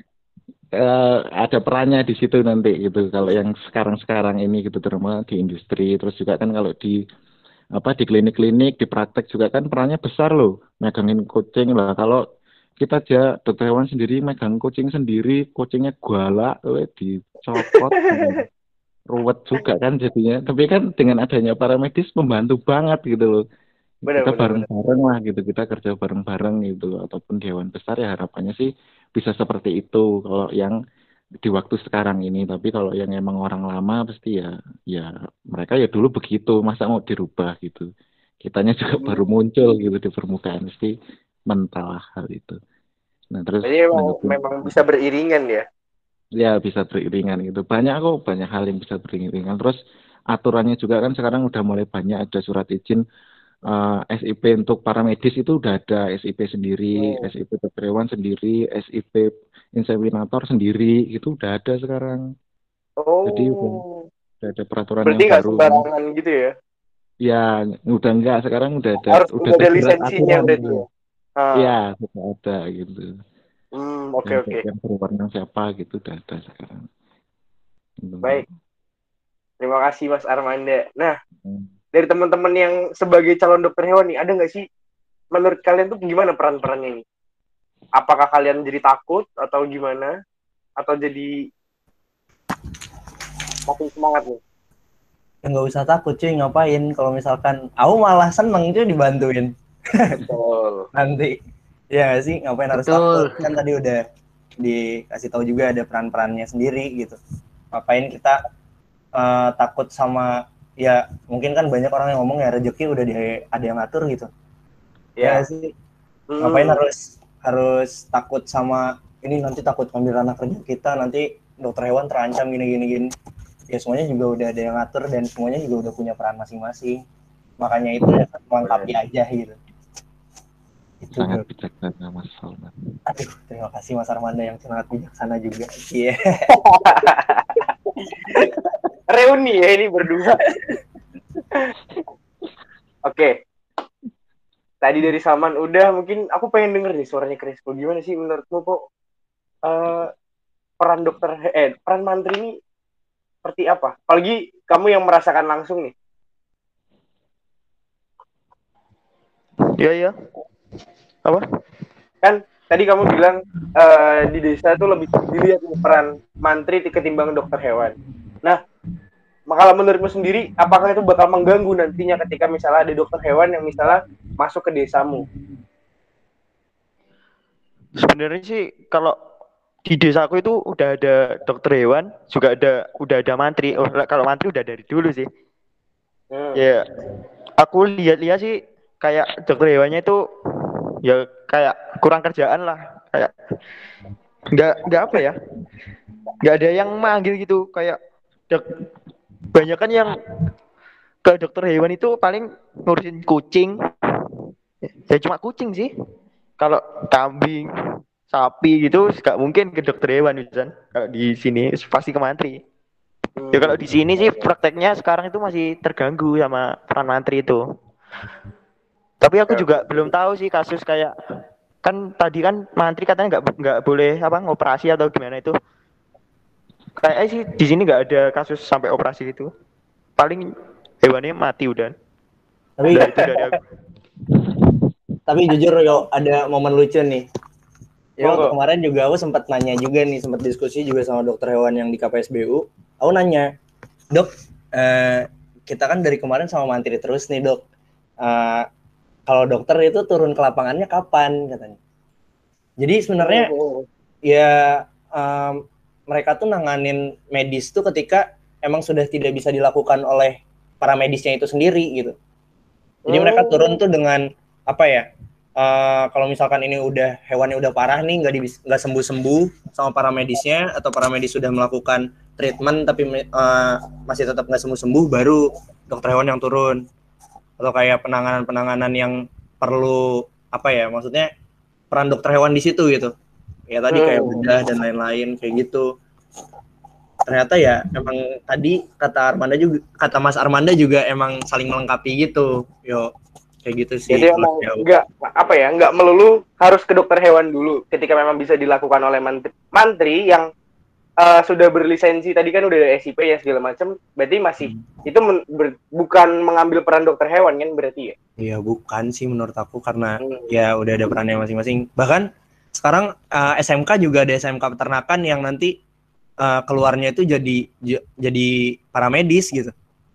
ada perannya di situ nanti gitu kalau yang sekarang ini gitu, terutama di industri. Terus juga kan kalau di klinik-klinik, di praktek juga kan perannya besar loh, megangin kucing lah. Kalau kita aja dokter hewan sendiri megang kucing sendiri, kucingnya galak dicopot ruwet juga kan jadinya. Tapi kan dengan adanya paramedis membantu banget gitu loh. Kita bareng-bareng lah gitu, kita kerja bareng-bareng gitu. Ataupun di hewan besar ya harapannya sih bisa seperti itu kalau yang di waktu sekarang ini. Tapi kalau yang emang orang lama pasti ya mereka ya dulu begitu, masa mau dirubah gitu. Kitanya juga baru muncul gitu di permukaan, pasti mentah hal itu. Nah terus jadi memang bisa beriringan ya. Ya bisa beriringan gitu. Banyak hal yang bisa beriringan. Terus aturannya juga kan sekarang udah mulai banyak, ada surat izin SIP untuk paramedis itu udah ada, SIP sendiri, SIP dokter hewan sendiri, SIP inseminator sendiri, itu udah ada sekarang. Jadi udah ada peraturan berarti yang baru. Berarti nggak sembarangan gitu ya? Ya udah enggak, sekarang udah ada. Harus udah ada lisensinya berarti ya? Iya, sudah ada gitu. Oke. Yang berwarna siapa gitu udah ada sekarang. Baik. Terima kasih Mas Armanda. Nah, dari teman-teman yang sebagai calon dokter hewan nih, ada nggak sih menurut kalian tuh gimana peran-perannya ini? Apakah kalian jadi takut atau gimana? Atau jadi makin semangat nih? Nggak usah takut cuy, ngapain? Kalau misalkan aku malah seneng cuy dibantuin. Betul. Nanti ya nggak sih, ngapain harus takut? Kan tadi udah dikasih tahu juga ada peran-perannya sendiri gitu. Ngapain kita takut sama, ya mungkin kan banyak orang yang ngomong ya rezeki udah ada yang ngatur gitu. Ya sih. Ngapain harus takut sama ini, nanti takut ngambil anak kerja kita, nanti dokter hewan terancam gini. Ya semuanya juga udah ada yang ngatur dan semuanya juga udah punya peran masing-masing. Makanya itu melengkapi aja gitu. Sangat bijaksana Mas Salman. Aduh, terima kasih Mas Armanda yang sangat bijaksana juga. Iya. Reuni ya ini berdua. Oke. Tadi dari Salman udah, mungkin aku pengen denger nih suaranya Crespo. Gimana sih menurutmu kok peran peran mantri ini seperti apa? Apalagi kamu yang merasakan langsung nih. Iya. Apa? Kan tadi kamu bilang di desa itu lebih dilihat peran mantri ketimbang dokter hewan. Nah, kalau menurutmu sendiri, apakah itu bakal mengganggu nantinya ketika misalnya ada dokter hewan yang misalnya masuk ke desamu? Sebenarnya sih kalau di desaku itu udah ada dokter hewan, juga udah ada mantri. Oh, kalau mantri udah dari dulu sih. Ya, aku lihat-lihat sih kayak dokter hewannya itu ya kayak kurang kerjaan lah, kayak nggak apa ya, nggak ada yang manggil gitu, kayak banyak kan yang ke dokter hewan itu paling ngurusin kucing, ya cuma kucing sih. Kalau kambing, sapi gitu nggak mungkin ke dokter hewan Wisan. Kalau di sini pasti ke mantri. Ya kalau di sini sih prakteknya sekarang itu masih terganggu sama peran mantri itu. Tapi aku juga belum tahu sih kasus kayak, kan tadi kan mantri katanya nggak boleh apa ngoperasi atau gimana itu. Kayaknya sih di sini nggak ada kasus sampai operasi itu. Paling hewannya mati udah. Tapi Udah itu dari aku. tapi jujur yo ada momen lucu nih. Ya waktu Monggo. kemarin juga aku sempat nanya juga nih, sempat diskusi juga sama dokter hewan yang di KPSBU. Aku nanya, "Dok, kita kan dari kemarin sama mantri terus nih, Dok. Kalau dokter itu turun ke lapangannya kapan?" katanya. Jadi sebenarnya ya mereka tuh nanganin medis tuh ketika emang sudah tidak bisa dilakukan oleh para medisnya itu sendiri gitu. Jadi mereka turun tuh dengan apa ya? Kalau misalkan ini udah hewannya udah parah nih, nggak sembuh-sembuh sama para medisnya, atau para medis sudah melakukan treatment tapi masih tetap nggak sembuh-sembuh, baru dokter hewan yang turun. Atau kayak penanganan yang perlu apa ya? Maksudnya peran dokter hewan di situ gitu. Ya tadi kayak bedah dan lain-lain kayak gitu. Ternyata ya emang tadi kata Mas Armanda juga emang saling melengkapi gitu. Yo kayak gitu sih. Jadi emang nggak melulu harus ke dokter hewan dulu ketika memang bisa dilakukan oleh mantri yang sudah berlisensi, tadi kan udah ada SIP ya segala macam, berarti masih itu bukan mengambil peran dokter hewan kan berarti ya? Iya bukan sih menurut aku, karena ya udah ada perannya masing-masing. Bahkan sekarang SMK juga ada SMK peternakan yang nanti keluarnya itu jadi paramedis gitu.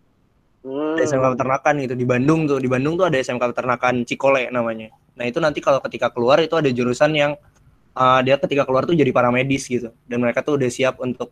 SMK peternakan gitu di Bandung tuh ada SMK peternakan Cikole namanya. Nah itu nanti kalau ketika keluar itu ada jurusan yang dia ketika keluar tuh jadi paramedis gitu, dan mereka tuh udah siap untuk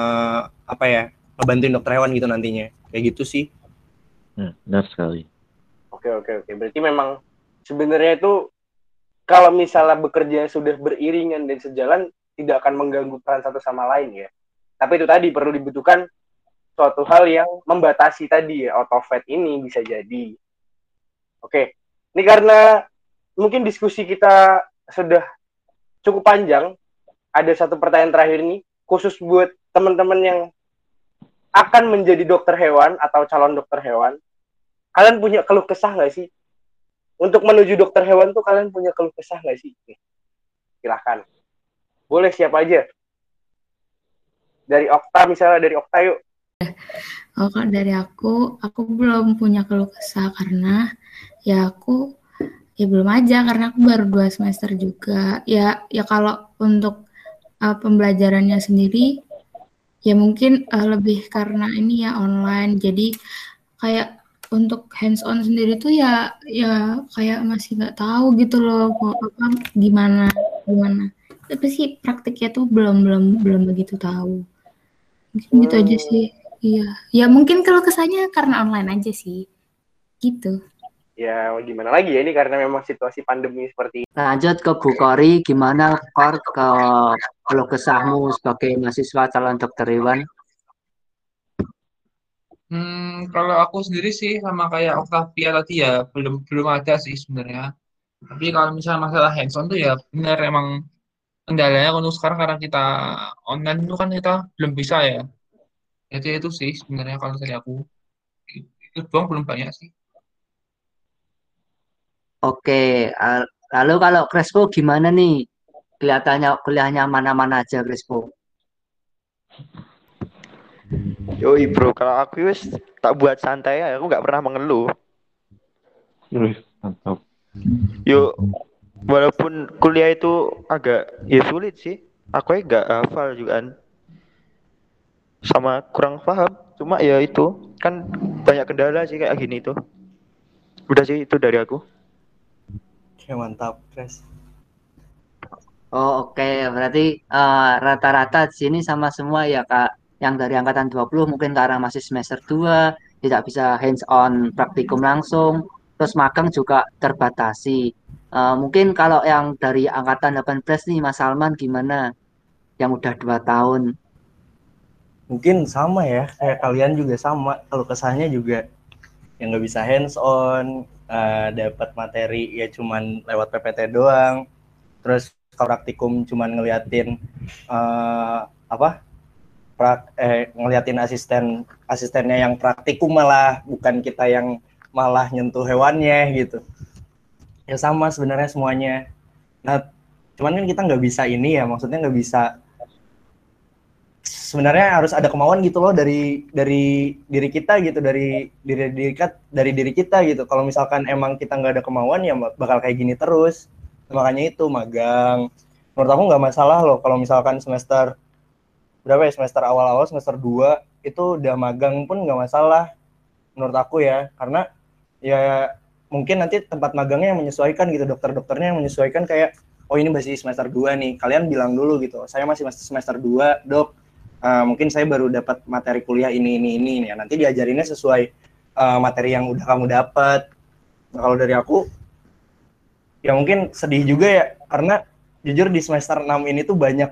ngebantuin dokter hewan gitu nantinya, kayak gitu sih. Benar sekali. Oke. Berarti memang sebenarnya itu kalau misalnya bekerja sudah beriringan dan sejalan, tidak akan mengganggu peran satu sama lain ya. Tapi itu tadi perlu dibutuhkan suatu hal yang membatasi tadi ya, autovet ini bisa jadi. Oke, ini karena mungkin diskusi kita sudah cukup panjang, ada satu pertanyaan terakhir nih, khusus buat teman-teman yang akan menjadi dokter hewan atau calon dokter hewan. Kalian punya keluh kesah nggak sih? Untuk menuju dokter hewan tuh kalian punya keluh kesah nggak sih? Nih, silahkan. Boleh siapa aja? Dari Okta misalnya, dari Okta yuk. Kalau dari aku belum punya keluh kesah karena ya aku ya belum aja, karena aku baru 2 semester juga. Ya kalau untuk pembelajarannya sendiri ya mungkin lebih karena ini ya online. Jadi kayak untuk hands on sendiri tuh ya kayak masih nggak tahu gitu loh gimana. Tapi sih praktiknya tuh belum begitu tahu. Mungkin gitu aja sih. Iya. Ya mungkin kalau kesannya karena online aja sih. Gitu. Ya gimana lagi ya, ini karena memang situasi pandemi seperti ini. Lanjut ke Bu Kori, gimana Kor kalau kesahmu sebagai mahasiswa calon dokter hewan? Kalau aku sendiri sih sama kayak Octavia tadi ya, belum ada sih sebenarnya. Tapi kalau misalnya masalah hands-on tuh ya benar emang kendalanya untuk sekarang karena kita online itu kan kita belum bisa ya. Jadi itu sih sebenarnya kalau dari aku. Itu doang, belum banyak sih. Oke, lalu kalau Crespo gimana nih? Kelihatannya kuliahnya mana-mana aja Crespo. Yoi bro, kalau aku wis tak buat santai ya, aku nggak pernah mengeluh. Mantap. Yo, walaupun kuliah itu agak ya sulit sih, aku nggak hafal juga kan. sama kurang paham. Cuma ya itu kan banyak kendala sih kayak gini tuh. Udah sih itu dari aku. Oke, mantap, Kres. Oh, oke. Berarti rata-rata di sini sama semua ya, Kak. Yang dari angkatan 20 mungkin karena masih semester 2 tidak bisa hands on praktikum langsung, terus magang juga terbatasi. Mungkin kalau yang dari angkatan 18 nih, Mas Salman gimana? Yang udah 2 tahun. Mungkin sama ya, kayak kalian juga sama. Kalau kesahnya juga yang nggak bisa hands on, dapat materi ya cuman lewat PPT doang. Terus kalau praktikum cuman ngeliatin apa? Ngeliatin asistennya yang praktikum, malah bukan kita yang malah nyentuh hewannya gitu. Ya sama sebenarnya semuanya. Nah, cuman kan kita nggak bisa ini ya, maksudnya nggak bisa, sebenarnya harus ada kemauan gitu loh dari diri kita gitu, dari diri kita gitu. Kalau misalkan emang kita nggak ada kemauan ya bakal kayak gini terus. Makanya itu magang menurut aku nggak masalah loh kalau misalkan semester berapa ya, semester awal-awal semester 2 itu udah magang pun nggak masalah menurut aku ya, karena ya mungkin nanti tempat magangnya yang menyesuaikan gitu, dokter-dokternya yang menyesuaikan kayak oh ini masih semester 2 nih, kalian bilang dulu gitu saya masih semester 2 dok, mungkin saya baru dapat materi kuliah ini ya, nanti diajarinnya sesuai materi yang udah kamu dapat. Nah, kalau dari aku ya mungkin sedih juga ya, karena jujur di semester 6 ini tuh banyak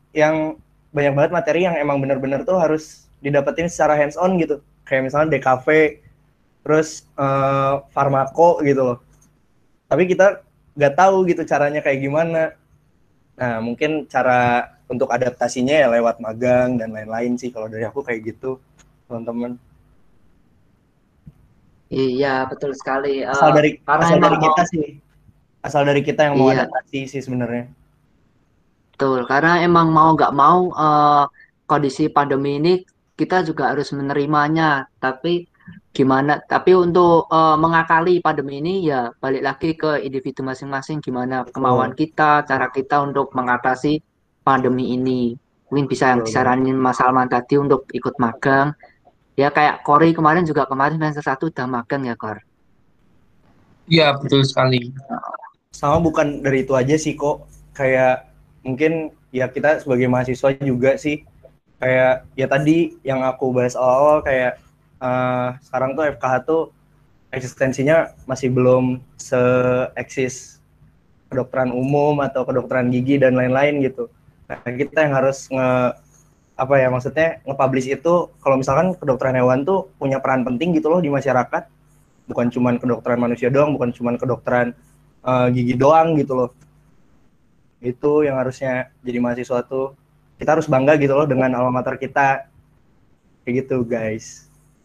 banget materi yang emang bener-bener tuh harus didapetin secara hands on gitu, kayak misalnya DKV, terus farmako gitu loh, tapi kita nggak tahu gitu caranya kayak gimana. Nah mungkin cara untuk adaptasinya ya lewat magang dan lain-lain sih kalau dari aku kayak gitu teman-teman. Iya, betul sekali. asal dari Karena asal emang dari mau, kita sih asal dari kita yang mau iya, adaptasi sih sebenarnya. betul. Karena emang mau nggak mau kondisi pandemi ini kita juga harus menerimanya. Tapi gimana? Tapi untuk mengakali pandemi ini ya balik lagi ke individu masing-masing. Gimana kemauan Betul, kita, cara kita untuk mengatasi pandemi ini. Mungkin bisa yang betul banget. disaranin Mas Salman tadi untuk ikut magang. Ya kayak Kori kemarin juga kemarin semester 1 udah magang ya, Kor. Iya, betul sekali. Sama bukan dari itu aja sih kok, kayak mungkin ya kita sebagai mahasiswa juga sih, kayak ya tadi yang aku bahas awal kayak sekarang tuh FKH tuh eksistensinya masih belum se-eksis kedokteran umum atau kedokteran gigi dan lain-lain gitu. Nah, kita yang harus apa ya, maksudnya nge-publish itu kalau misalkan kedokteran hewan tuh punya peran penting gitu loh di masyarakat, bukan cuman kedokteran manusia doang, bukan cuman kedokteran gigi doang gitu loh. Itu yang harusnya jadi mahasiswa tuh kita harus bangga gitu loh dengan alma mater kita, kayak gitu guys.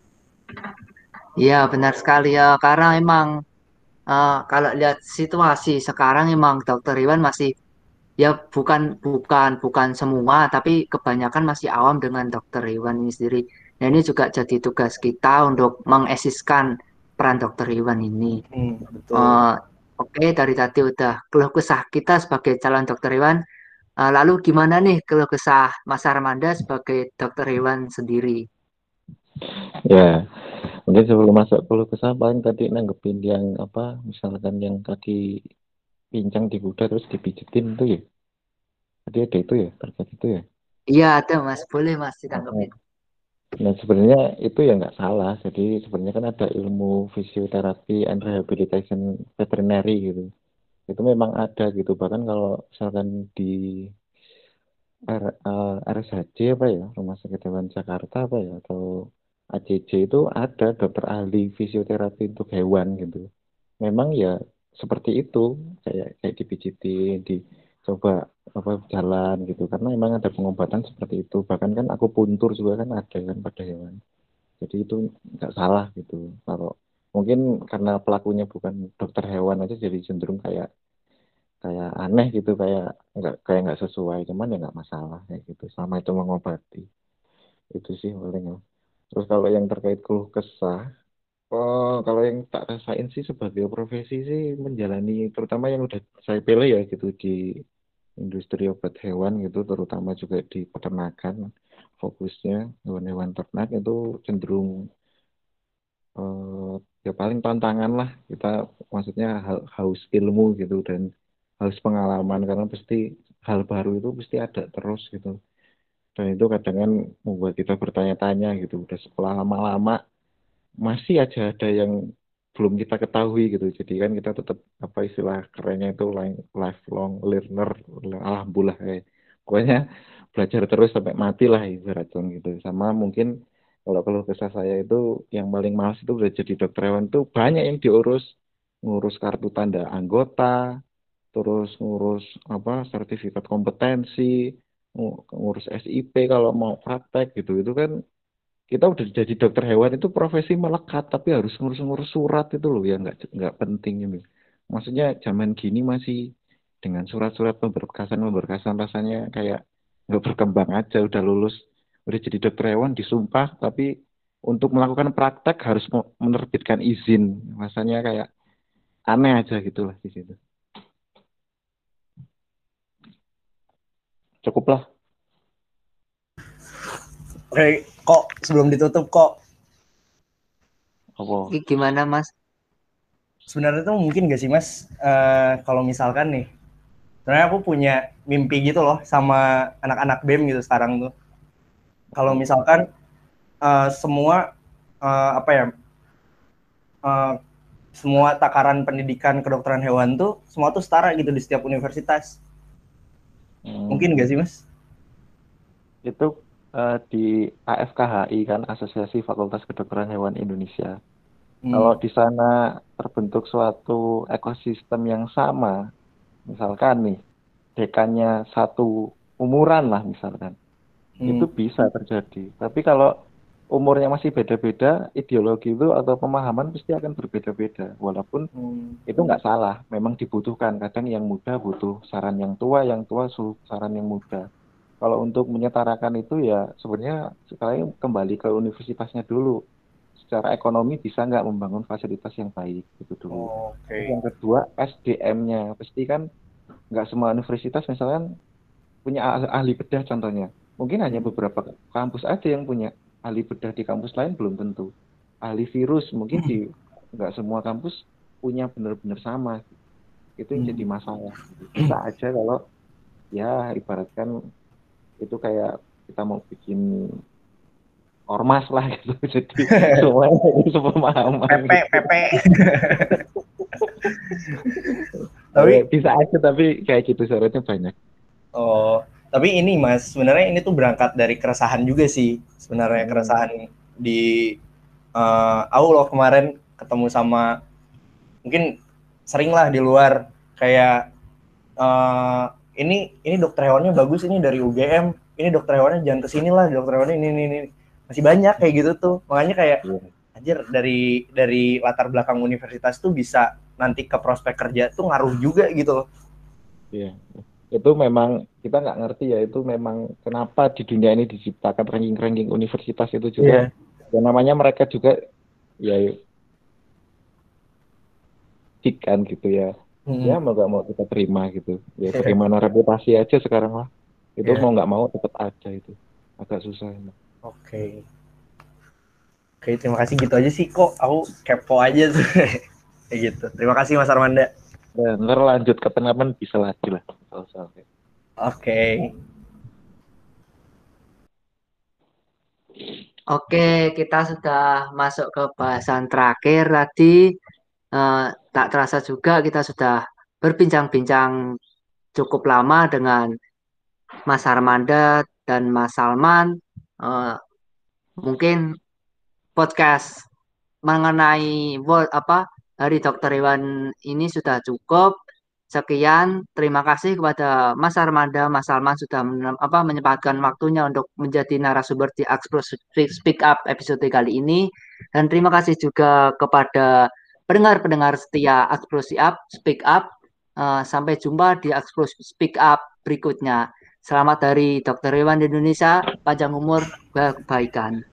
Iya, benar sekali ya. Karena emang kalau lihat situasi sekarang emang Dokter Iwan masih ya bukan semua, tapi kebanyakan masih awam dengan Dokter Iwan ini sendiri. Nah, ini juga jadi tugas kita untuk mengesiskan peran Dokter Iwan ini. Betul. Eh, oke, dari tadi udah keluh kesah kita sebagai calon Dokter Iwan. Lalu gimana nih keluh kesah Mas Armanda sebagai Dokter Iwan sendiri? Ya, mungkin sebelum masuk keluh kesah paling tadi nanggepin yang apa, misalkan yang kaki pincang di kuda terus dipijitin itu ya. Tadi ada itu ya, terkait itu ya. Iya, ada Mas. Boleh Mas Nah, ditanggapi. nah, sebenarnya itu ya nggak salah. Jadi sebenarnya kan ada ilmu fisioterapi and rehabilitation veterinary gitu. Itu memang ada gitu. Bahkan kalau misalkan di RSHJ apa ya, Rumah Sakit Hewan Jakarta apa ya, atau ACJ itu ada dokter ahli fisioterapi untuk hewan gitu. Memang ya seperti itu, kayak dipijitin, dicoba apa jalan gitu, karena memang ada pengobatan seperti itu. Bahkan kan aku puntur juga kan ada kan pada hewan, jadi itu nggak salah gitu. Kalau mungkin karena pelakunya bukan dokter hewan aja jadi cenderung kayak kayak aneh gitu, kayak nggak sesuai, cuman ya nggak masalah kayak gitu selama itu mengobati. Itu sih paling ya. Terus kalau yang terkait keluh kesah, oh, kalau yang tak rasain sih sebagai profesi sih menjalani, terutama yang udah saya pilih ya gitu di industri obat hewan gitu, terutama juga di peternakan, fokusnya hewan-hewan ternak itu cenderung ya paling tantangan lah kita, maksudnya haus ilmu gitu dan haus pengalaman, karena pasti hal baru itu pasti ada terus gitu, dan itu kadang kan membuat kita bertanya-tanya gitu, udah sekolah lama-lama masih aja ada yang belum kita ketahui gitu, jadi kan kita tetap apa istilah kerennya itu lifelong learner, alhamdulillah pokoknya belajar terus sampai mati lah ibaratnya gitu. Sama mungkin kalau keluh kesah saya itu yang paling males itu udah jadi dokter hewan tuh banyak yang diurus, ngurus kartu tanda anggota, terus ngurus apa sertifikat kompetensi, ngurus SIP kalau mau praktek gitu. Itu kan kita udah jadi dokter hewan itu profesi melekat, tapi harus ngurus-ngurus surat itu loh yang nggak penting ini. Maksudnya zaman gini masih dengan surat-surat pemberkasan rasanya kayak nggak berkembang aja, udah lulus udah jadi dokter hewan disumpah, tapi untuk melakukan praktek harus menerbitkan izin, rasanya kayak aneh aja gitulah di situ. Cukup lah. Oke, kok sebelum ditutup kok Apa? Gimana Mas? sebenarnya tuh mungkin gak sih Mas, kalau misalkan nih, sebenarnya aku punya mimpi gitu loh sama anak-anak BEM gitu sekarang tuh. Kalau misalkan semua apa ya, semua takaran pendidikan kedokteran hewan tuh semua tuh setara gitu di setiap universitas. Mungkin gak sih Mas? Itu di AFKHI kan, Asosiasi Fakultas Kedokteran Hewan Indonesia. Kalau di sana terbentuk suatu ekosistem yang sama, misalkan nih dekannya satu umuran lah misalkan, itu bisa terjadi. Tapi kalau umurnya masih beda-beda, ideologi itu atau pemahaman pasti akan berbeda-beda. Walaupun itu nggak salah, memang dibutuhkan. Kadang yang muda butuh saran yang tua suruh saran yang muda. Kalau untuk menyetarakan itu ya sebenarnya sekali kembali ke universitasnya dulu. Secara ekonomi bisa nggak membangun fasilitas yang baik itu dulu. Yang kedua SDM-nya, pasti kan nggak semua universitas misalkan punya ahli bedah contohnya. Mungkin hanya beberapa kampus aja yang punya, ahli bedah di kampus lain belum tentu. Ahli virus mungkin di nggak semua kampus punya benar-benar sama. Itu yang jadi masalah. Bisa aja kalau ya ibaratkan itu kayak kita mau bikin ormas lah gitu, jadi semuanya itu sepemahaman. PP. Tapi bisa aja, tapi kayak gitu syaratnya banyak. Oh, tapi ini Mas, sebenarnya ini tuh berangkat dari keresahan juga sih. Sebenarnya keresahan di aku loh kemarin ketemu sama, mungkin sering lah di luar kayak ini dokter hewannya bagus, ini dari UGM, ini dokter hewannya jangan kesini lah, dokter hewannya ini masih banyak kayak gitu tuh. Makanya kayak anjir, dari latar belakang universitas tuh bisa nanti ke prospek kerja tuh ngaruh juga gitu loh. Iya, itu memang kita nggak ngerti ya, itu memang kenapa di dunia ini diciptakan ranking-ranking universitas itu juga. Ya namanya mereka juga ya kan gitu ya. Ya mau nggak mau kita terima gitu. Ya bagaimana reputasi aja sekarang lah. Itu mau nggak mau tetap ada, itu agak susah. Oke, terima kasih, gitu aja sih kok. Aku kepo aja tuh. Kayak gitu. Terima kasih Mas Armanda. Dan ntar lanjut kapan-kapan bisa lagi lah. Oke, kita sudah masuk ke bahasan terakhir tadi. Tak terasa juga kita sudah berbincang-bincang cukup lama dengan Mas Armanda dan Mas Salman. Mungkin podcast mengenai Hari Dokter Hewan ini sudah cukup. Sekian, terima kasih kepada Mas Armanda, Mas Salman sudah menyempatkan waktunya untuk menjadi narasumber di Explosive Speak Up episode kali ini. Dan terima kasih juga kepada pendengar-pendengar setia Explosive Speak Up. Sampai jumpa di Explosive Speak Up berikutnya. Selamat Hari Dokter Hewan di Indonesia, panjang umur, kebaikan.